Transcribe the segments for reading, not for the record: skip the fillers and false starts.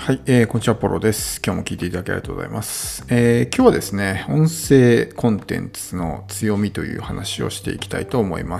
はい、こんにちは、ポロです。今日も聞いていただきありがとうございます。今日はですね、音声コンテンツの強みという話をしていきたいと思います。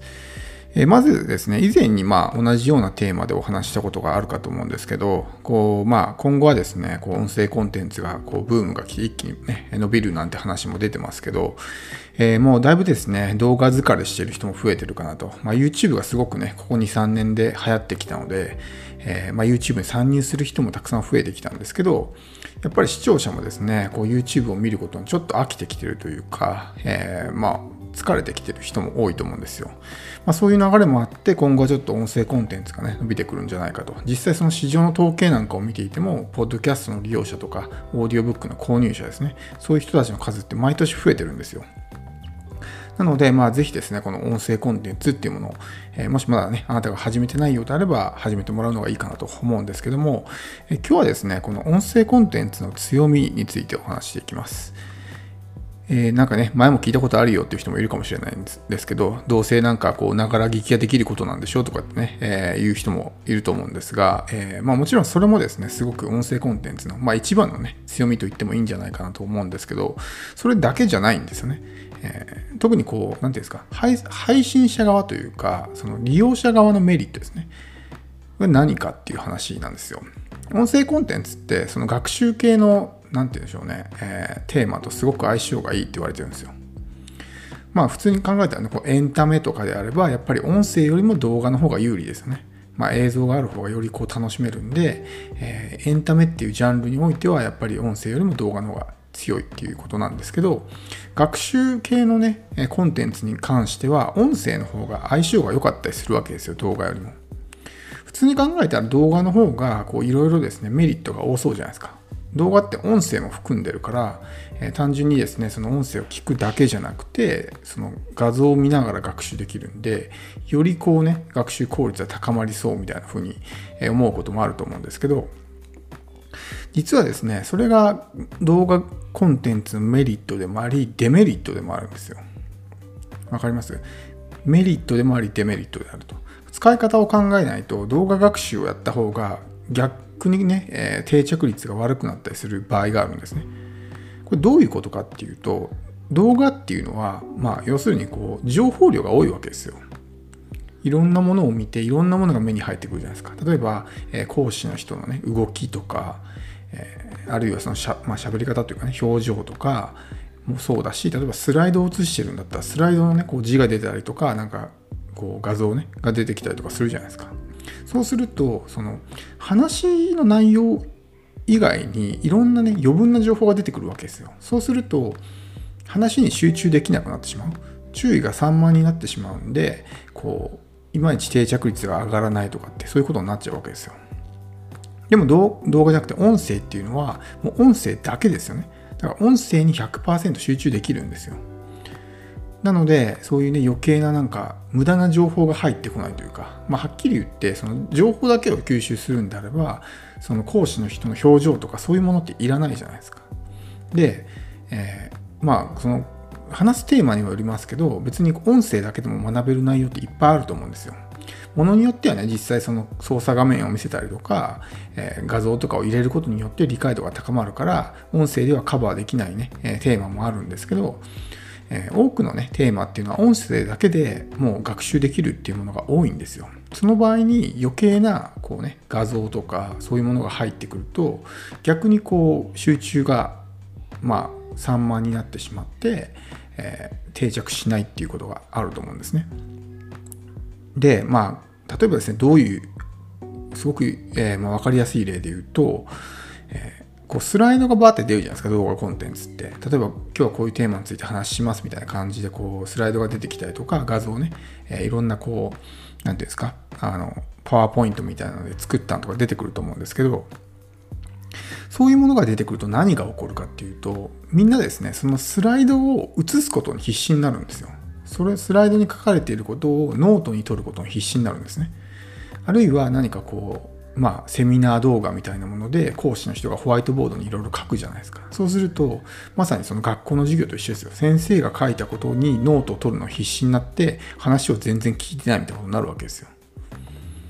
まずですね、以前に同じようなテーマでお話したことがあるかと思うんですけど、今後はですね、音声コンテンツがブームが来て一気にね、伸びるなんて話も出てますけど、もうだいぶですね、動画疲れしてる人も増えてるかなと。YouTube がすごくね、ここ2、3年で流行ってきたので、YouTube に参入する人もたくさん増えてきたんですけど、やっぱり視聴者もですね、YouTube を見ることにちょっと飽きてきてるというか、疲れてきてる人も多いと思うんですよ。そういう流れもあって、今後はちょっと音声コンテンツがね、伸びてくるんじゃないかと。実際その市場の統計なんかを見ていても、ポッドキャストの利用者とか、オーディオブックの購入者ですね、そういう人たちの数って毎年増えてるんですよ。なので、ぜひですね、この音声コンテンツっていうものを、もしまだね、あなたが始めてないようであれば、始めてもらうのがいいかなと思うんですけども、今日はですね、この音声コンテンツの強みについてお話していきます。なんかね、前も聞いたことあるよっていう人もいるかもしれないんですけど、どうせなんかながら聞きができることなんでしょうとかってね、言う人もいると思うんですが、もちろんそれもですね、すごく音声コンテンツの、一番のね、強みと言ってもいいんじゃないかなと思うんですけど、それだけじゃないんですよね。特になんていうんですか、配信者側というか、その利用者側のメリットですね。これ何かっていう話なんですよ。音声コンテンツってその学習系のなんて言うんでしょうね、テーマとすごく相性がいいって言われてるんですよ。普通に考えたらね、エンタメとかであればやっぱり音声よりも動画の方が有利ですよね。映像がある方がより楽しめるんで、エンタメっていうジャンルにおいてはやっぱり音声よりも動画の方が強いっていうことなんですけど、学習系のねコンテンツに関しては音声の方が相性が良かったりするわけですよ、動画よりも。普通に考えたら動画の方がいろいろですねメリットが多そうじゃないですか。動画って音声も含んでるから、単純にですねその音声を聞くだけじゃなくてその画像を見ながら学習できるんで、より学習効率が高まりそうみたいな風に思うこともあると思うんですけど、実はですねそれが動画コンテンツのメリットでもありデメリットでもあるんですよ。わかります？メリットでもありデメリットであると。使い方を考えないと動画学習をやった方が逆にね、定着率が悪くなったりする場合があるんですね。これどういうことかっていうと、動画っていうのは、要するに情報量が多いわけですよ。いろんなものを見ていろんなものが目に入ってくるじゃないですか。例えば、講師の人のね動きとか、あるいはその喋り方というかね表情とかもそうだし、例えばスライドを映してるんだったらスライドのね字が出たりとか、なんか画像ねが出てきたりとかするじゃないですか。そうするとその話の内容以外にいろんなね余分な情報が出てくるわけですよ。そうすると話に集中できなくなってしまう、注意が散漫になってしまうんで、いまいち定着率が上がらないとかってそういうことになっちゃうわけですよ。でも動画じゃなくて音声っていうのはもう音声だけですよね。だから音声に 100% 集中できるんですよ。なのでそういうね余計ななんか無駄な情報が入ってこないというか、はっきり言ってその情報だけを吸収するんであればその講師の人の表情とかそういうものっていらないじゃないですか。で、その話すテーマにもよりますけど、別に音声だけでも学べる内容っていっぱいあると思うんですよ。ものによってはね実際その操作画面を見せたりとか、画像とかを入れることによって理解度が高まるから音声ではカバーできないね、テーマもあるんですけど、多くのねテーマっていうのは音声だけでもう学習できるっていうものが多いんですよ。その場合に余計な画像とかそういうものが入ってくると逆に集中が散漫になってしまって、定着しないっていうことがあると思うんですね。で例えばですねどういうすごく、分かりやすい例で言うと、スライドがバーって出るじゃないですか、動画コンテンツって。例えば今日はこういうテーマについて話しますみたいな感じでスライドが出てきたりとか、画像ね、いろんななんていうんですか、パワーポイントみたいなので作ったのとか出てくると思うんですけど、そういうものが出てくると何が起こるかっていうと、みんなですねそのスライドを映すことに必死になるんですよ。スライドに書かれていることをノートに取ることに必死になるんですね。あるいは何かセミナー動画みたいなもので講師の人がホワイトボードにいろいろ書くじゃないですか。そうするとまさにその学校の授業と一緒ですよ。先生が書いたことにノートを取るの必死になって話を全然聞いてないみたいなことになるわけですよ。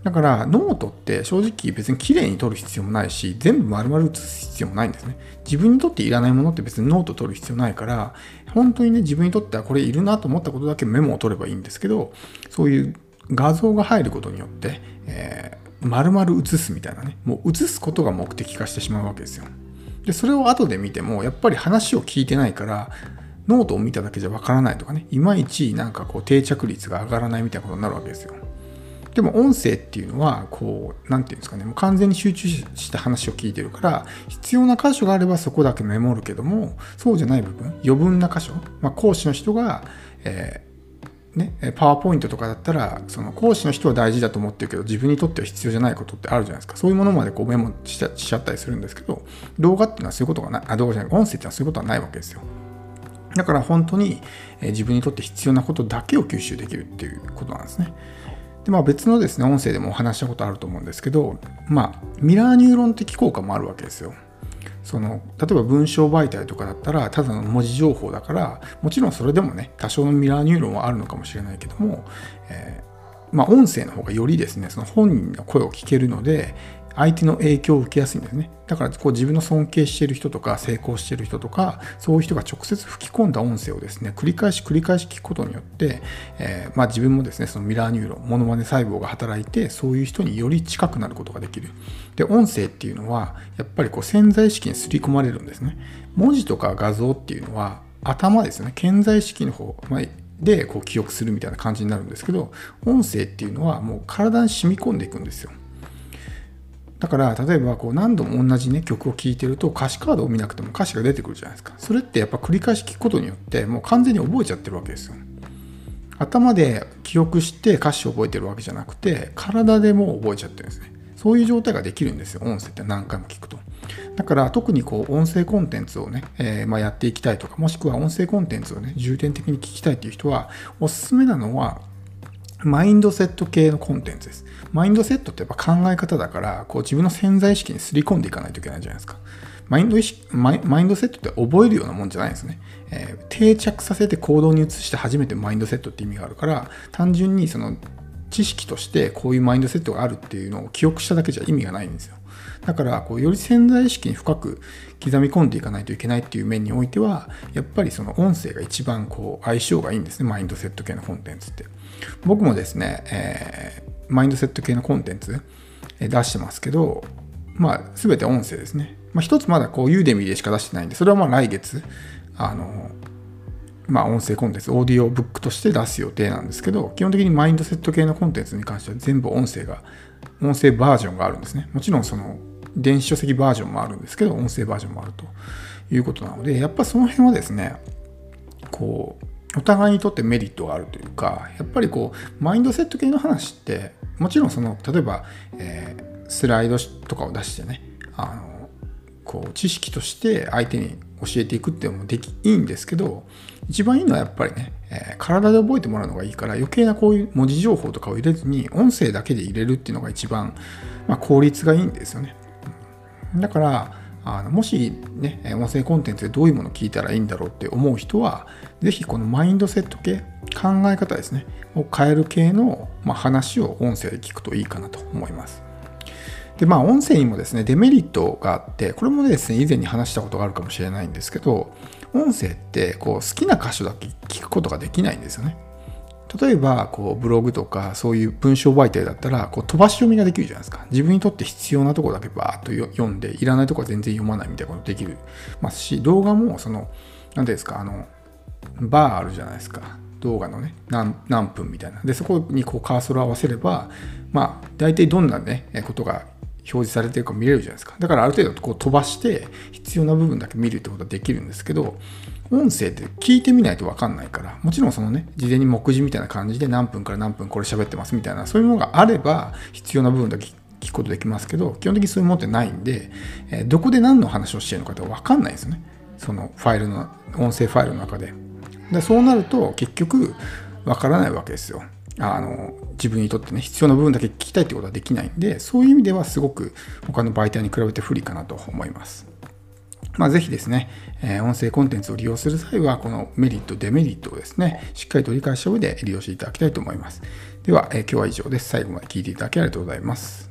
だからノートって正直別に綺麗に取る必要もないし、全部丸々写す必要もないんですね。自分にとっていらないものって別にノート取る必要ないから、本当にね、自分にとってはこれいるなと思ったことだけメモを取ればいいんですけど、そういう画像が入ることによって、丸々写すみたいなね、もう写すことが目的化してしまうわけですよ。で、それを後で見てもやっぱり話を聞いてないから、ノートを見ただけじゃわからないとかね、いまいちなんかこう定着率が上がらないみたいなことになるわけですよ。でも音声っていうのはこうなんていうんですかね、もう完全に集中して話を聞いてるから、必要な箇所があればそこだけメモるけども、そうじゃない部分、余分な箇所、講師の人が、パワーポイントとかだったら、その講師の人は大事だと思ってるけど自分にとっては必要じゃないことってあるじゃないですか。そういうものまでこうメモしちゃったりするんですけど、動画っていうのはそういうことがない、動画じゃない、音声っていうのはそういうことはないわけですよ。だから本当に自分にとって必要なことだけを吸収できるっていうことなんですね。で、別のですね、音声でもお話したことあると思うんですけど、ミラーニューロン的効果もあるわけですよ。例えば文章媒体とかだったら、ただの文字情報だから、もちろんそれでもね、多少のミラーニューロンはあるのかもしれないけども、音声の方がよりですね、その本人の声を聞けるので、相手の影響を受けやすいんですね。だからこう自分の尊敬している人とか成功している人とか、そういう人が直接吹き込んだ音声をですね、繰り返し聞くことによって、自分もですね、そのミラーニューロン、モノマネ細胞が働いて、そういう人により近くなることができる。で、音声っていうのはやっぱりこう潜在意識に刷り込まれるんですね。文字とか画像っていうのは頭ですよね、潜在意識の方、でこう記憶するみたいな感じになるんですけど、音声っていうのはもう体に染み込んでいくんですよ。だから例えばこう何度も同じね曲を聴いてると、歌詞カードを見なくても歌詞が出てくるじゃないですか。それってやっぱ繰り返し聞くことによってもう完全に覚えちゃってるわけですよ。頭で記憶して歌詞を覚えてるわけじゃなくて、体でもう覚えちゃってるんですね。そういう状態ができるんですよ、音声って何回も聞くと。だから特にこう音声コンテンツをね、やっていきたいとか、もしくは音声コンテンツをね重点的に聞きたいという人は、おすすめなのはマインドセット系のコンテンツです。マインドセットってやっぱ考え方だから、こう自分の潜在意識にすり込んでいかないといけないじゃないですか。マインドセットって覚えるようなもんじゃないんですね。定着させて行動に移して初めてマインドセットって意味があるから、単純にその知識としてこういうマインドセットがあるっていうのを記憶しただけじゃ意味がないんですよ。だからこうより潜在意識に深く刻み込んでいかないといけないっていう面においては、やっぱりその音声が一番こう相性がいいんですね、マインドセット系のコンテンツって。僕もですね、マインドセット系のコンテンツ出してますけど、全て音声ですね。一つまだこうユーデミーでしか出してないんで、それは来月音声コンテンツ、オーディオブックとして出す予定なんですけど、基本的にマインドセット系のコンテンツに関しては全部音声バージョンがあるんですね。もちろんその電子書籍バージョンもあるんですけど、音声バージョンもあるということなので、やっぱその辺はですね、こうお互いにとってメリットがあるというか、やっぱりこうマインドセット系の話ってもちろんその例えば、スライドとかを出してね、こう知識として相手に教えていくっていうのもいいんですけど、一番いいのはやっぱりね、体で覚えてもらうのがいいから、余計なこういう文字情報とかを入れずに音声だけで入れるっていうのが一番、効率がいいんですよね。だからもしね、音声コンテンツでどういうものを聞いたらいいんだろうって思う人は、ぜひこのマインドセット系、考え方ですね、を変える系の、話を音声で聞くといいかなと思います。で、音声にもですね、デメリットがあって、これもですね、以前に話したことがあるかもしれないんですけど、音声ってこう好きな箇所だけ聞くことができないんですよね。例えばこうブログとかそういう文章媒体だったらこう飛ばし読みができるじゃないですか。自分にとって必要なところだけバーッと読んで、いらないところは全然読まないみたいなことできるますし、動画もその何ですか、バーあるじゃないですか。動画のね、何分みたいな。で、そこにこうカーソルを合わせれば、大体どんなね、ことが表示されてるか見れるじゃないですか。だからある程度こう飛ばして必要な部分だけ見るってことはできるんですけど、音声って聞いてみないと分かんないから、もちろんそのね、事前に目次みたいな感じで何分から何分これ喋ってますみたいな、そういうものがあれば必要な部分だけ聞くことできますけど、基本的にそういうものってないんで、どこで何の話をしているのかって分かんないですよね。そのファイルの、音声ファイルの中で。で、そうなると結局分からないわけですよ。自分にとってね、必要な部分だけ聞きたいってことはできないんで、そういう意味ではすごく他の媒体に比べて不利かなと思います。 ぜひですね、音声コンテンツを利用する際は、このメリット、デメリットをですね、しっかりと理解した上で利用していただきたいと思います。では、今日は以上です。最後まで聞いていただきありがとうございます。